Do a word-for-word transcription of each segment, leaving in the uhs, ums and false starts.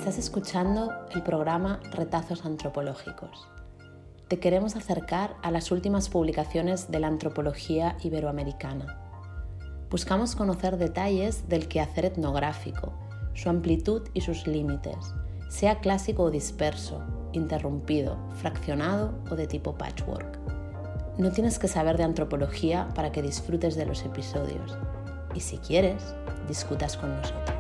Estás escuchando el programa Retazos Antropológicos. Te queremos acercar a las últimas publicaciones de la antropología iberoamericana. Buscamos conocer detalles del quehacer etnográfico, su amplitud y sus límites, sea clásico o disperso, interrumpido, fraccionado o de tipo patchwork. No tienes que saber de antropología para que disfrutes de los episodios y, si quieres, discutas con nosotros.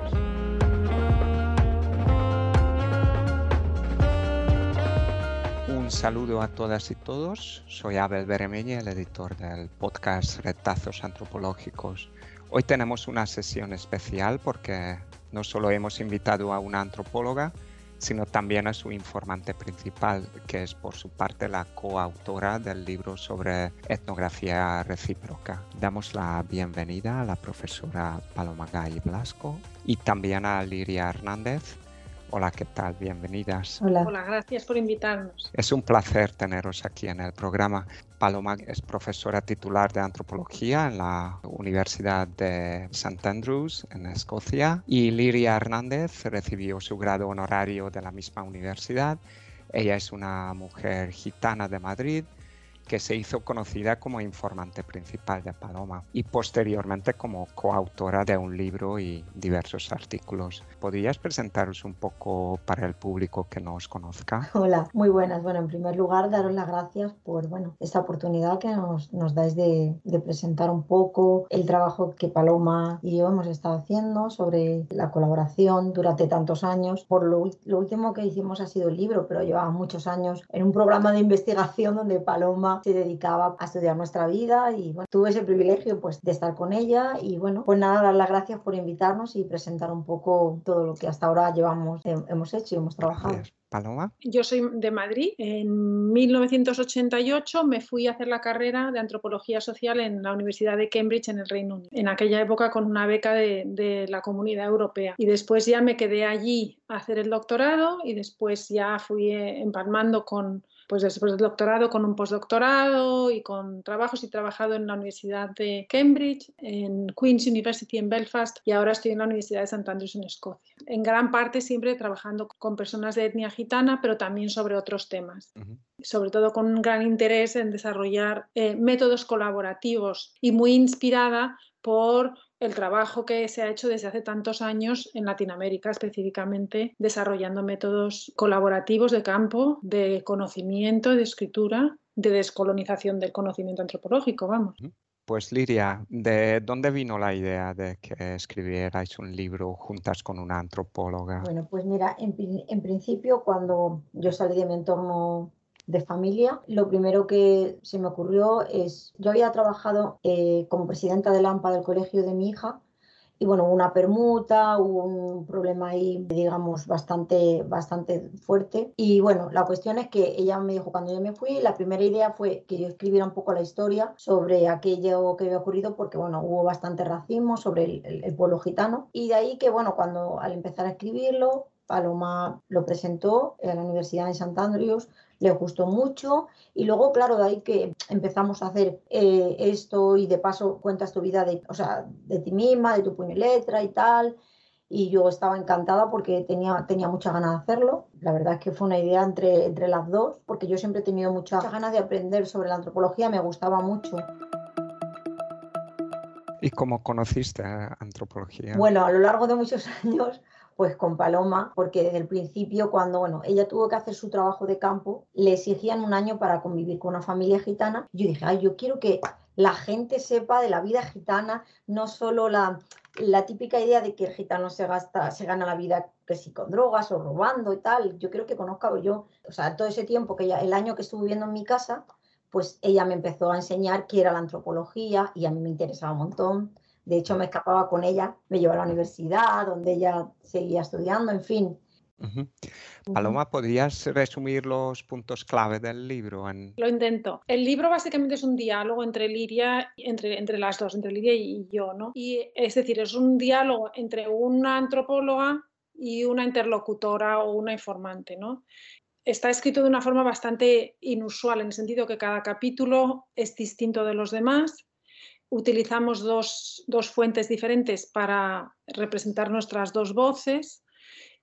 Un saludo a todas y todos. Soy Abel Beremeña, el editor del podcast Retazos Antropológicos. Hoy tenemos una sesión especial porque no solo hemos invitado a una antropóloga, sino también a su informante principal, que es por su parte la coautora del libro sobre etnografía recíproca. Damos la bienvenida a la profesora Paloma Gay Blasco y también a Liria Hernández. Hola, ¿qué tal? Bienvenidas. Hola. Hola, gracias por invitarnos. Es un placer teneros aquí en el programa. Paloma es profesora titular de antropología en la Universidad de Saint Andrews, en Escocia, y Liria Hernández recibió su grado honorario de la misma universidad. Ella es una mujer gitana de Madrid que se hizo conocida como informante principal de Paloma y posteriormente como coautora de un libro y diversos artículos. ¿Podrías presentaros un poco para el público que no os conozca? Hola, muy buenas. Bueno, en primer lugar, daros las gracias por bueno, esta oportunidad que nos, nos dais de, de presentar un poco el trabajo que Paloma y yo hemos estado haciendo sobre la colaboración durante tantos años. Por lo, lo último que hicimos ha sido el libro, pero llevaba muchos años en un programa de investigación donde Paloma se dedicaba a estudiar nuestra vida y bueno, tuve ese privilegio pues, de estar con ella y bueno, pues nada, dar las gracias por invitarnos y presentar un poco todo lo que hasta ahora llevamos, hemos hecho y hemos trabajado. Gracias. Paloma. Yo soy de Madrid. En mil novecientos ochenta y ocho me fui a hacer la carrera de antropología social en la Universidad de Cambridge en el Reino Unido. En aquella época con una beca de, de la Comunidad Europea. Y después ya me quedé allí a hacer el doctorado y después ya fui empalmando con... Pues después del doctorado con un postdoctorado y con trabajos. He trabajado en la Universidad de Cambridge, en Queen's University en Belfast y ahora estoy en la Universidad de Saint Andrews en Escocia. En gran parte siempre trabajando con personas de etnia gitana, pero también sobre otros temas. Uh-huh. Sobre todo con un gran interés en desarrollar eh, métodos colaborativos y muy inspirada por el trabajo que se ha hecho desde hace tantos años en Latinoamérica, específicamente desarrollando métodos colaborativos de campo, de conocimiento, de escritura, de descolonización del conocimiento antropológico, vamos. Pues Liria, ¿de dónde vino la idea de que escribierais un libro juntas con una antropóloga? Bueno, pues mira, en, en principio cuando yo salí de mi entorno de familia, lo primero que se me ocurrió es, yo había trabajado eh, como presidenta del A M P A del colegio de mi hija y bueno, hubo una permuta, hubo un problema ahí, digamos, bastante, bastante fuerte y bueno, la cuestión es que ella me dijo cuando yo me fui, la primera idea fue que yo escribiera un poco la historia sobre aquello que había ocurrido porque bueno, hubo bastante racismo sobre el, el, el pueblo gitano y de ahí que bueno, cuando al empezar a escribirlo, Paloma lo presentó en la Universidad de Saint Andrews, le gustó mucho y luego, claro, de ahí que empezamos a hacer eh, esto y de paso cuentas tu vida de, o sea, de ti misma, de tu puño y letra y tal. Y yo estaba encantada porque tenía, tenía muchas ganas de hacerlo. La verdad es que fue una idea entre, entre las dos, porque yo siempre he tenido muchas ganas de aprender sobre la antropología, me gustaba mucho. ¿Y cómo conociste a antropología? Bueno, a lo largo de muchos años, pues con Paloma, porque desde el principio, cuando bueno, ella tuvo que hacer su trabajo de campo, le exigían un año para convivir con una familia gitana. Yo dije, ay, yo quiero que la gente sepa de la vida gitana, no solo la, la típica idea de que el gitano se, gasta, se gana la vida que si con drogas o robando y tal. Yo quiero que conozca yo, o sea, todo ese tiempo, que ella, el año que estuve viviendo en mi casa, pues ella me empezó a enseñar qué era la antropología y a mí me interesaba un montón. De hecho, me escapaba con ella, me llevaba a la universidad, donde ella seguía estudiando, en fin. Uh-huh. Paloma, ¿podrías resumir los puntos clave del libro? En... Lo intento. El libro básicamente es un diálogo entre Liria, entre, entre las dos, entre Liria y yo, ¿no? Y es decir, es un diálogo entre una antropóloga y una interlocutora o una informante, ¿no? Está escrito de una forma bastante inusual, en el sentido que cada capítulo es distinto de los demás. Utilizamos dos, dos fuentes diferentes para representar nuestras dos voces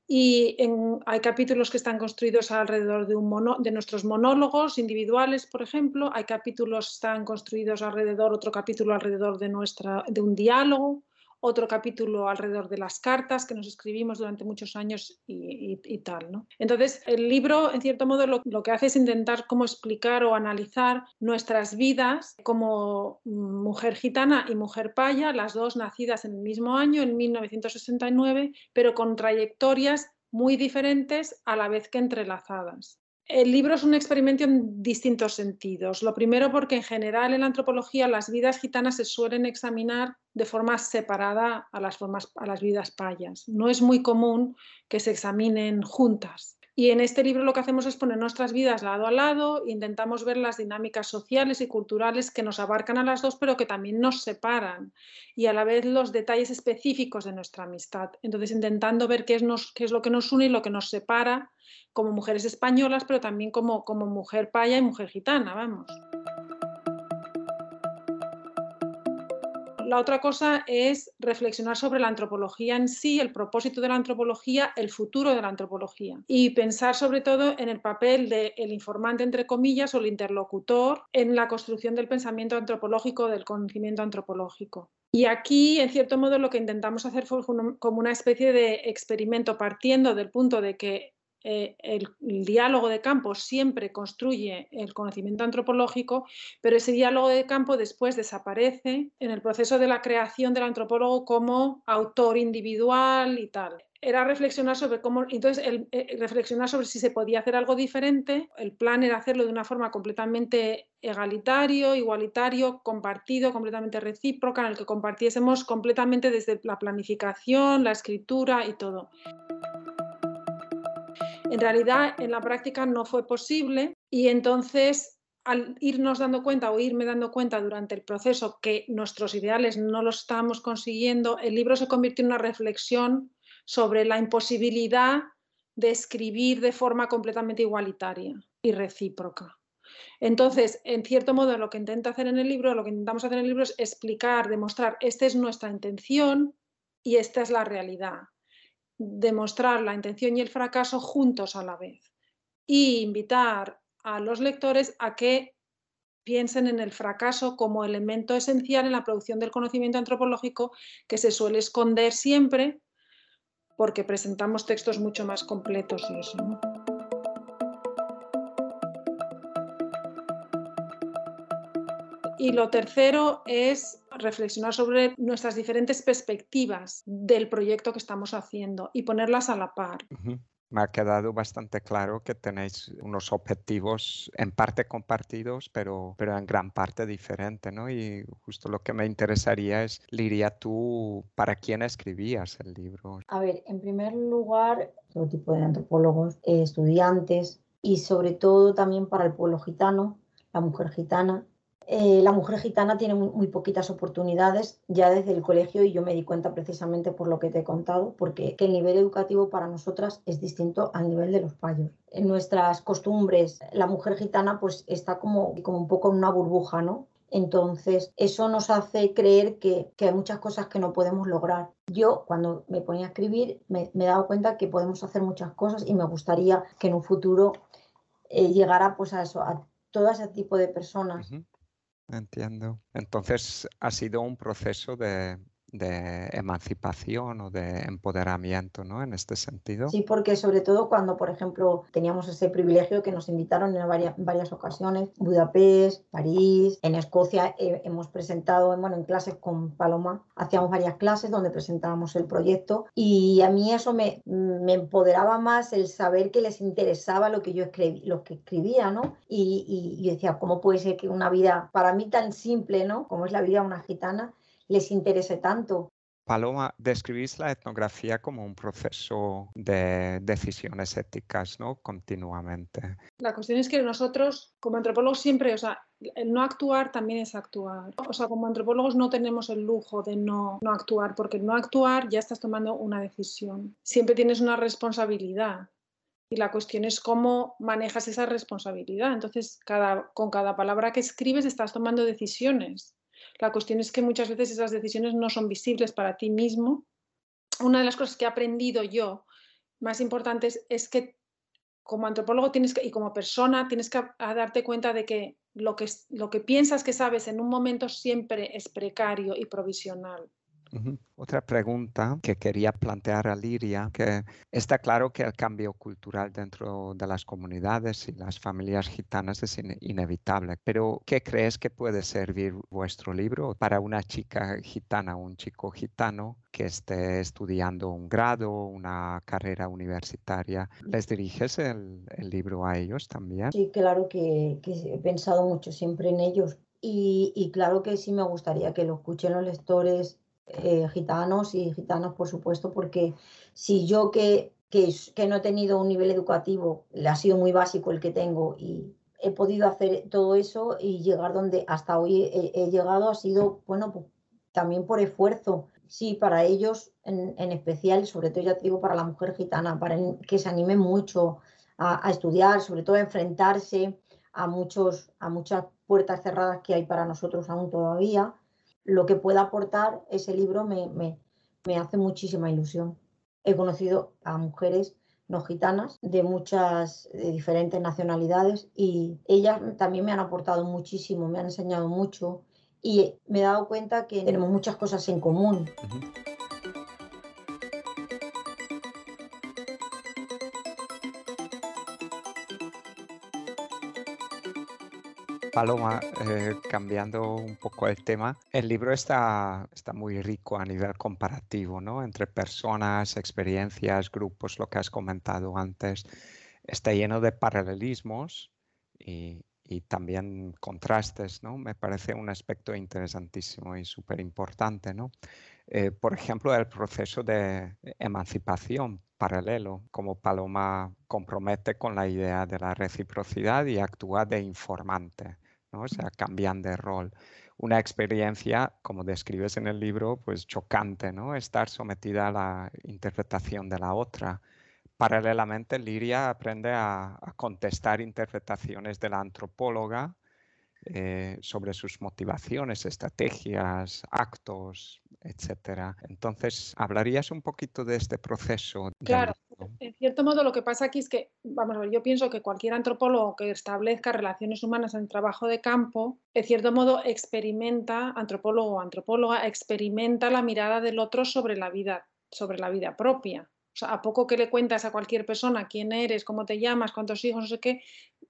Y en, hay capítulos que están construidos alrededor de, un mono, de nuestros monólogos individuales, por ejemplo. Hay capítulos que están construidos alrededor, otro capítulo alrededor de, nuestra, de un diálogo, otro capítulo alrededor de las cartas que nos escribimos durante muchos años y, y, y tal, ¿no? Entonces, el libro, en cierto modo, lo, lo que hace es intentar cómo explicar o analizar nuestras vidas como mujer gitana y mujer paya, las dos nacidas en el mismo año, en mil novecientos sesenta y nueve, pero con trayectorias muy diferentes a la vez que entrelazadas. El libro es un experimento en distintos sentidos. Lo primero porque en general en la antropología las vidas gitanas se suelen examinar de forma separada a las, formas, a las vidas payas. No es muy común que se examinen juntas. Y en este libro lo que hacemos es poner nuestras vidas lado a lado, intentamos ver las dinámicas sociales y culturales que nos abarcan a las dos, pero que también nos separan, y a la vez los detalles específicos de nuestra amistad. Entonces, intentando ver qué es, nos, qué es lo que nos une y lo que nos separa como mujeres españolas, pero también como, como mujer paya y mujer gitana, vamos. La otra cosa es reflexionar sobre la antropología en sí, el propósito de la antropología, el futuro de la antropología, y pensar sobre todo en el papel del informante, entre comillas, o el interlocutor en la construcción del pensamiento antropológico, del conocimiento antropológico. Y aquí, en cierto modo, lo que intentamos hacer fue como una especie de experimento partiendo del punto de que Eh, el, el diálogo de campo siempre construye el conocimiento antropológico, pero ese diálogo de campo después desaparece en el proceso de la creación del antropólogo como autor individual y tal. Era reflexionar sobre cómo, entonces el, el, reflexionar sobre si se podía hacer algo diferente. El plan era hacerlo de una forma completamente egalitario, igualitario, compartido, completamente recíproca, en el que compartiésemos completamente desde la planificación, la escritura y todo. En realidad, en la práctica no fue posible, y entonces, al irnos dando cuenta o irme dando cuenta durante el proceso que nuestros ideales no los estábamos consiguiendo, el libro se convirtió en una reflexión sobre la imposibilidad de escribir de forma completamente igualitaria y recíproca. Entonces, en cierto modo, lo que intenta hacer en el libro, lo que intentamos hacer en el libro es explicar, demostrar, esta es nuestra intención y esta es la realidad. Demostrar la intención y el fracaso juntos a la vez, y invitar a los lectores a que piensen en el fracaso como elemento esencial en la producción del conocimiento antropológico, que se suele esconder siempre porque presentamos textos mucho más completos y eso, ¿no? Y lo tercero es reflexionar sobre nuestras diferentes perspectivas del proyecto que estamos haciendo y ponerlas a la par. Uh-huh. Me ha quedado bastante claro que tenéis unos objetivos en parte compartidos, pero, pero en gran parte diferentes, ¿no? Y justo lo que me interesaría es, Liria, tú, ¿para quién escribías el libro? A ver, en primer lugar, todo tipo de antropólogos, eh, estudiantes, y sobre todo también para el pueblo gitano, la mujer gitana. Eh, la mujer gitana tiene muy, muy poquitas oportunidades ya desde el colegio, y yo me di cuenta precisamente por lo que te he contado, porque que el nivel educativo para nosotras es distinto al nivel de los payos. En nuestras costumbres, la mujer gitana pues está como, como un poco en una burbuja, ¿no? Entonces, eso nos hace creer que, que hay muchas cosas que no podemos lograr. Yo, cuando me ponía a escribir, me, me he dado cuenta que podemos hacer muchas cosas, y me gustaría que en un futuro eh, llegara pues a eso, a todo ese tipo de personas. Uh-huh. Entiendo. Entonces, ha sido un proceso de, de emancipación o de empoderamiento, ¿no? En este sentido. Sí, porque sobre todo cuando, por ejemplo, teníamos ese privilegio que nos invitaron en varias, varias ocasiones, Budapest, París, en Escocia, eh, hemos presentado, bueno, en clases con Paloma, hacíamos varias clases donde presentábamos el proyecto, y a mí eso me, me empoderaba más, el saber que les interesaba lo que yo escribí, lo que escribía, ¿no? Y, y, y decía, ¿cómo puede ser que una vida, para mí tan simple, ¿no? Como es la vida de una gitana, les interese tanto? Paloma, describís la etnografía como un proceso de decisiones éticas, ¿no? Continuamente. La cuestión es que nosotros, como antropólogos, siempre, o sea, el no actuar también es actuar. O sea, como antropólogos no tenemos el lujo de no, no actuar, porque el no actuar ya estás tomando una decisión. Siempre tienes una responsabilidad. Y la cuestión es cómo manejas esa responsabilidad. Entonces, cada, con cada palabra que escribes estás tomando decisiones. La cuestión es que muchas veces esas decisiones no son visibles para ti mismo. Una de las cosas que he aprendido yo más importantes es que como antropólogo tienes que, y como persona tienes que a, a darte cuenta de que lo, que lo que piensas que sabes en un momento siempre es precario y provisional. Uh-huh. Otra pregunta que quería plantear a Liria, que está claro que el cambio cultural dentro de las comunidades y las familias gitanas es in- inevitable, pero ¿qué crees que puede servir vuestro libro para una chica gitana o un chico gitano que esté estudiando un grado, una carrera universitaria? ¿Les diriges el, el libro a ellos también? Sí, claro que, que he pensado mucho siempre en ellos y, y claro que sí me gustaría que lo escuchen los lectores eh, gitanos y gitanas, por supuesto, porque si yo que, que, que no he tenido un nivel educativo, ha sido muy básico el que tengo y he podido hacer todo eso y llegar donde hasta hoy he, he llegado ha sido, bueno, pues, también por esfuerzo. Sí, para ellos en, en especial, sobre todo ya te digo para la mujer gitana, para que se anime mucho a, a estudiar, sobre todo a enfrentarse a, muchos, a muchas puertas cerradas que hay para nosotros aún todavía. Lo que pueda aportar ese libro me, me, me hace muchísima ilusión. He conocido a mujeres no gitanas de muchas de diferentes nacionalidades y ellas también me han aportado muchísimo, me han enseñado mucho y me he dado cuenta que tenemos muchas cosas en común. Uh-huh. Paloma, eh, cambiando un poco el tema, el libro está, está muy rico a nivel comparativo, ¿no? Entre personas, experiencias, grupos, lo que has comentado antes. Está lleno de paralelismos y, y también contrastes, ¿no? Me parece un aspecto interesantísimo y súper importante, ¿no? Eh, por ejemplo, el proceso de emancipación paralelo, como Paloma compromete con la idea de la reciprocidad y actúa de informante, ¿no? O sea, cambian de rol. Una experiencia, como describes en el libro, pues chocante, ¿no? Estar sometida a la interpretación de la otra. Paralelamente, Liria aprende a, a contestar interpretaciones de la antropóloga eh, sobre sus motivaciones, estrategias, actos, etcétera. Entonces, ¿hablarías un poquito de este proceso del Claro, libro? en cierto modo lo que pasa aquí es que, vamos a ver, yo pienso que cualquier antropólogo que establezca relaciones humanas en el trabajo de campo, en cierto modo experimenta, antropólogo o antropóloga, experimenta la mirada del otro sobre la vida, sobre la vida propia. O sea, a poco que le cuentas a cualquier persona quién eres, cómo te llamas, cuántos hijos, no sé qué,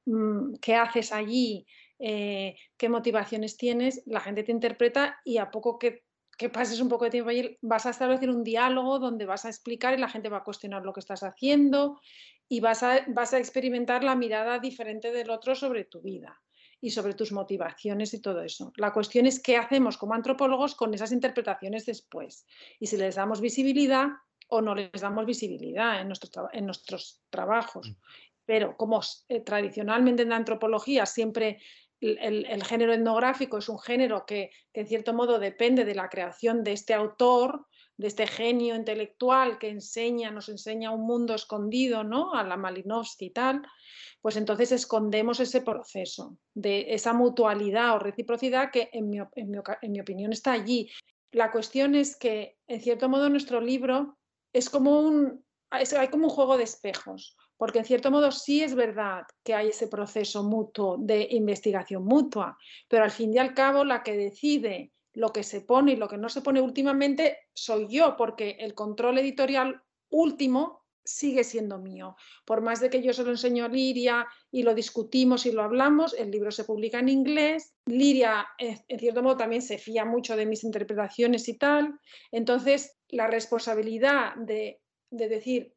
qué haces allí, eh, qué motivaciones tienes, la gente te interpreta y a poco que que pases un poco de tiempo allí, vas a establecer un diálogo donde vas a explicar y la gente va a cuestionar lo que estás haciendo y vas a, vas a experimentar la mirada diferente del otro sobre tu vida y sobre tus motivaciones y todo eso. La cuestión es qué hacemos como antropólogos con esas interpretaciones después y si les damos visibilidad o no les damos visibilidad en nuestros, en nuestros trabajos. Pero como eh, tradicionalmente en la antropología siempre el, el género etnográfico es un género que, que en cierto modo depende de la creación de este autor, de este genio intelectual que enseña, nos enseña un mundo escondido, ¿no? A la Malinowski y tal, pues entonces escondemos ese proceso de esa mutualidad o reciprocidad que en mi, en mi, en mi opinión está allí. La cuestión es que en cierto modo nuestro libro es como un, es, hay como un juego de espejos. Porque en cierto modo sí es verdad que hay ese proceso mutuo de investigación mutua, pero al fin y al cabo la que decide lo que se pone y lo que no se pone últimamente soy yo, porque el control editorial último sigue siendo mío. Por más de que yo se lo enseño a Liria y lo discutimos y lo hablamos, el libro se publica en inglés, Liria en cierto modo también se fía mucho de mis interpretaciones y tal, entonces la responsabilidad de, de decir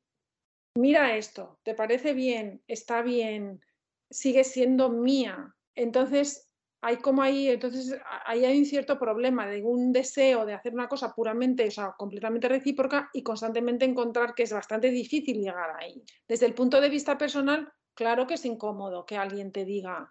mira esto, ¿te parece bien? ¿Está bien? Sigue siendo mía. Entonces, hay como ahí, entonces ahí hay un cierto problema de un deseo de hacer una cosa puramente, o sea, completamente recíproca y constantemente encontrar que es bastante difícil llegar ahí. Desde el punto de vista personal, claro que es incómodo que alguien te diga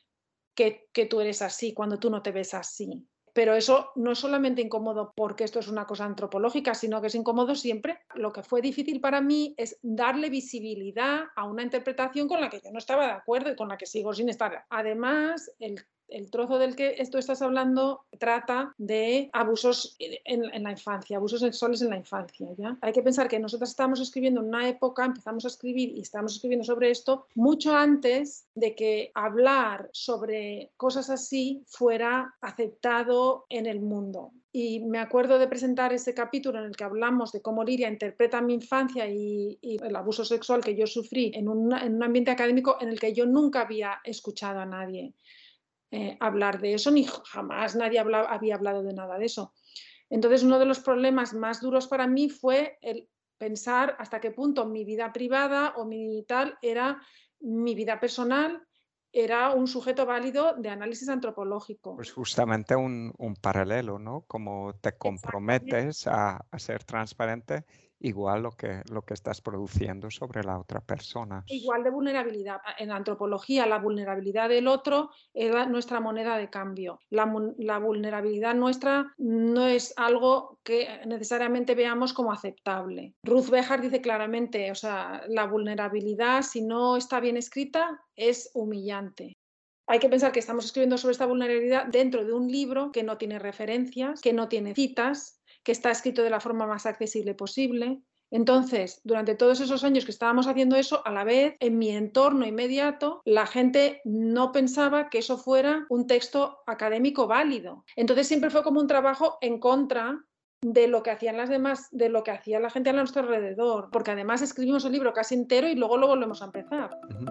que, que tú eres así cuando tú no te ves así. Pero eso no es solamente incómodo porque esto es una cosa antropológica, sino que es incómodo siempre. Lo que fue difícil para mí es darle visibilidad a una interpretación con la que yo no estaba de acuerdo y con la que sigo sin estar. Además, el el trozo del que tú estás hablando trata de abusos en, en la infancia, abusos sexuales en la infancia, ¿ya? Hay que pensar que nosotros estábamos escribiendo en una época, empezamos a escribir y estamos escribiendo sobre esto mucho antes de que hablar sobre cosas así fuera aceptado en el mundo. Y me acuerdo de presentar ese capítulo en el que hablamos de cómo Liria interpreta mi infancia y, y el abuso sexual que yo sufrí en, una, en un ambiente académico en el que yo nunca había escuchado a nadie eh, hablar de eso, ni jamás nadie habla, había hablado de nada de eso. Entonces, uno de los problemas más duros para mí fue el pensar hasta qué punto mi vida privada o mi tal era mi vida personal, era un sujeto válido de análisis antropológico. Pues justamente un, un paralelo, ¿no? Como te comprometes a, a ser transparente, igual lo que, lo que estás produciendo sobre la otra persona. Igual de vulnerabilidad. En la antropología, la vulnerabilidad del otro es nuestra moneda de cambio. La, la vulnerabilidad nuestra no es algo que necesariamente veamos como aceptable. Ruth Behar dice claramente, o sea, la vulnerabilidad, si no está bien escrita, es humillante. Hay que pensar que estamos escribiendo sobre esta vulnerabilidad dentro de un libro que no tiene referencias, que no tiene citas, que está escrito de la forma más accesible posible. Entonces, durante todos esos años que estábamos haciendo eso, a la vez, en mi entorno inmediato, la gente no pensaba que eso fuera un texto académico válido. Entonces, siempre fue como un trabajo en contra de lo que hacían las demás, de lo que hacía la gente a nuestro alrededor, porque además escribimos el libro casi entero y luego lo volvemos a empezar. Uh-huh.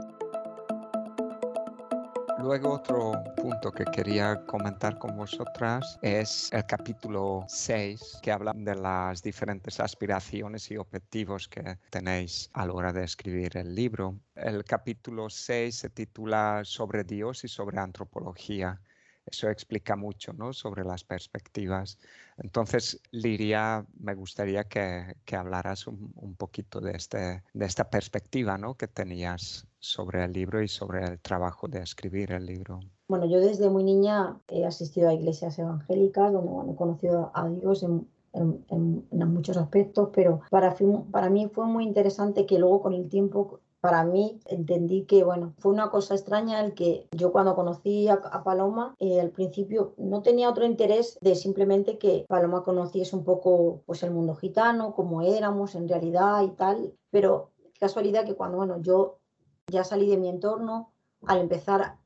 Luego otro punto que quería comentar con vosotras es el capítulo seis, que habla de las diferentes aspiraciones y objetivos que tenéis a la hora de escribir el libro. El capítulo seis se titula Sobre Dios y sobre antropología. Eso explica mucho, ¿no?, sobre las perspectivas. Entonces, Liria, me gustaría que, que hablaras un, un poquito de, este, de esta perspectiva, ¿no?, que tenías sobre el libro y sobre el trabajo de escribir el libro. Bueno, yo desde muy niña he asistido a iglesias evangélicas donde bueno, he conocido a Dios en, en, en, en muchos aspectos, pero para, para mí fue muy interesante que luego con el tiempo... Para mí entendí que, bueno, fue una cosa extraña el que yo cuando conocí a, a Paloma, eh, al principio no tenía otro interés de simplemente que Paloma conociese un poco pues, el mundo gitano, cómo éramos en realidad y tal, pero casualidad que cuando, bueno, yo ya salí de mi entorno, al empezar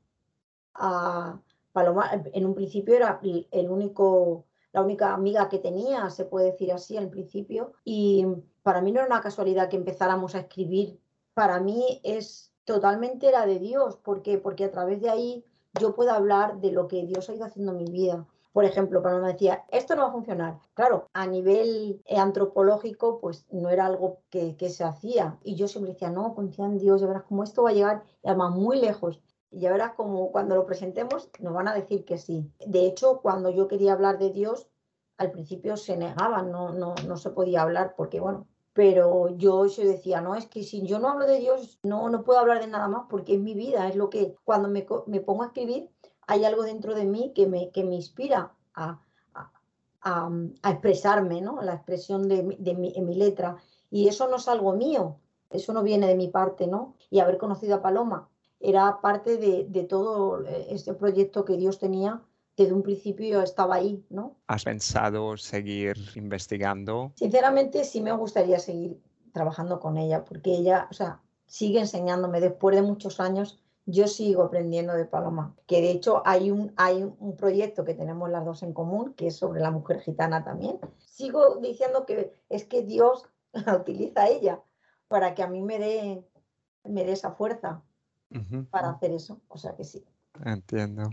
a Paloma, en un principio era el único... la única amiga que tenía, se puede decir así, al principio, y para mí no era una casualidad que empezáramos a escribir. Para mí es totalmente la de Dios. ¿Por qué? Porque a través de ahí yo puedo hablar de lo que Dios ha ido haciendo en mi vida. Por ejemplo, Paloma decía, esto no va a funcionar. Claro, a nivel antropológico, pues no era algo que, que se hacía. Y yo siempre decía, no, confía en Dios, ya verás cómo esto va a llegar, y además muy lejos. Y ya verás como cuando lo presentemos nos van a decir que sí. De hecho, cuando yo quería hablar de Dios, al principio se negaban, no, no, no se podía hablar porque, bueno, pero yo, yo decía, no, es que si yo no hablo de Dios, no, no puedo hablar de nada más porque es mi vida, es lo que cuando me, me pongo a escribir, hay algo dentro de mí que me, que me inspira a, a, a, a expresarme, ¿no? La expresión de, de mi, en mi letra. Y eso no es algo mío, eso no viene de mi parte, ¿no? Y haber conocido a Paloma era parte de, de todo este proyecto que Dios tenía. Desde un principio estaba ahí, ¿no? ¿Has pensado seguir investigando? Sinceramente, sí me gustaría seguir trabajando con ella, porque ella, o sea, sigue enseñándome. Después de muchos años, yo sigo aprendiendo de Paloma. Que de hecho hay un, hay un proyecto que tenemos las dos en común, que es sobre la mujer gitana también. Sigo diciendo que es que Dios la utiliza a ella para que a mí me dé, me dé esa fuerza uh-huh. para hacer eso. O sea que sí. Entiendo.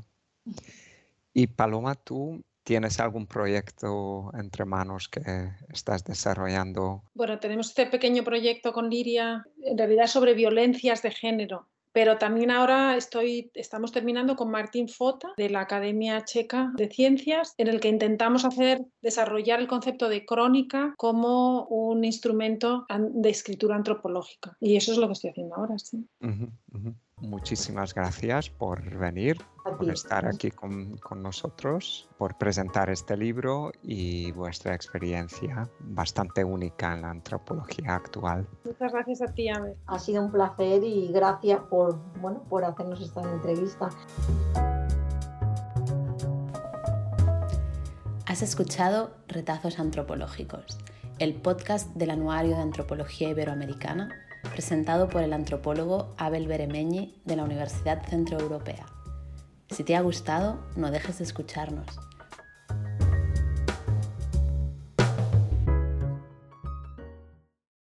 Y Paloma, ¿tú tienes algún proyecto entre manos que estás desarrollando? Bueno, tenemos este pequeño proyecto con Liria, en realidad sobre violencias de género, pero también ahora estoy, estamos terminando con Martin Fota de la Academia Checa de Ciencias, en el que intentamos hacer, desarrollar el concepto de crónica como un instrumento de escritura antropológica. Y eso es lo que estoy haciendo ahora, sí. Uh-huh, uh-huh. Muchísimas gracias por venir, por estar aquí con, con nosotros, por presentar este libro y vuestra experiencia bastante única en la antropología actual. Muchas gracias a ti, Abel. Ha sido un placer y gracias por, bueno, por hacernos esta entrevista. Has escuchado Retazos Antropológicos, el podcast del Anuario de Antropología Iberoamericana, presentado por el antropólogo Abel Beremeñi de la Universidad Centroeuropea. Si te ha gustado, no dejes de escucharnos.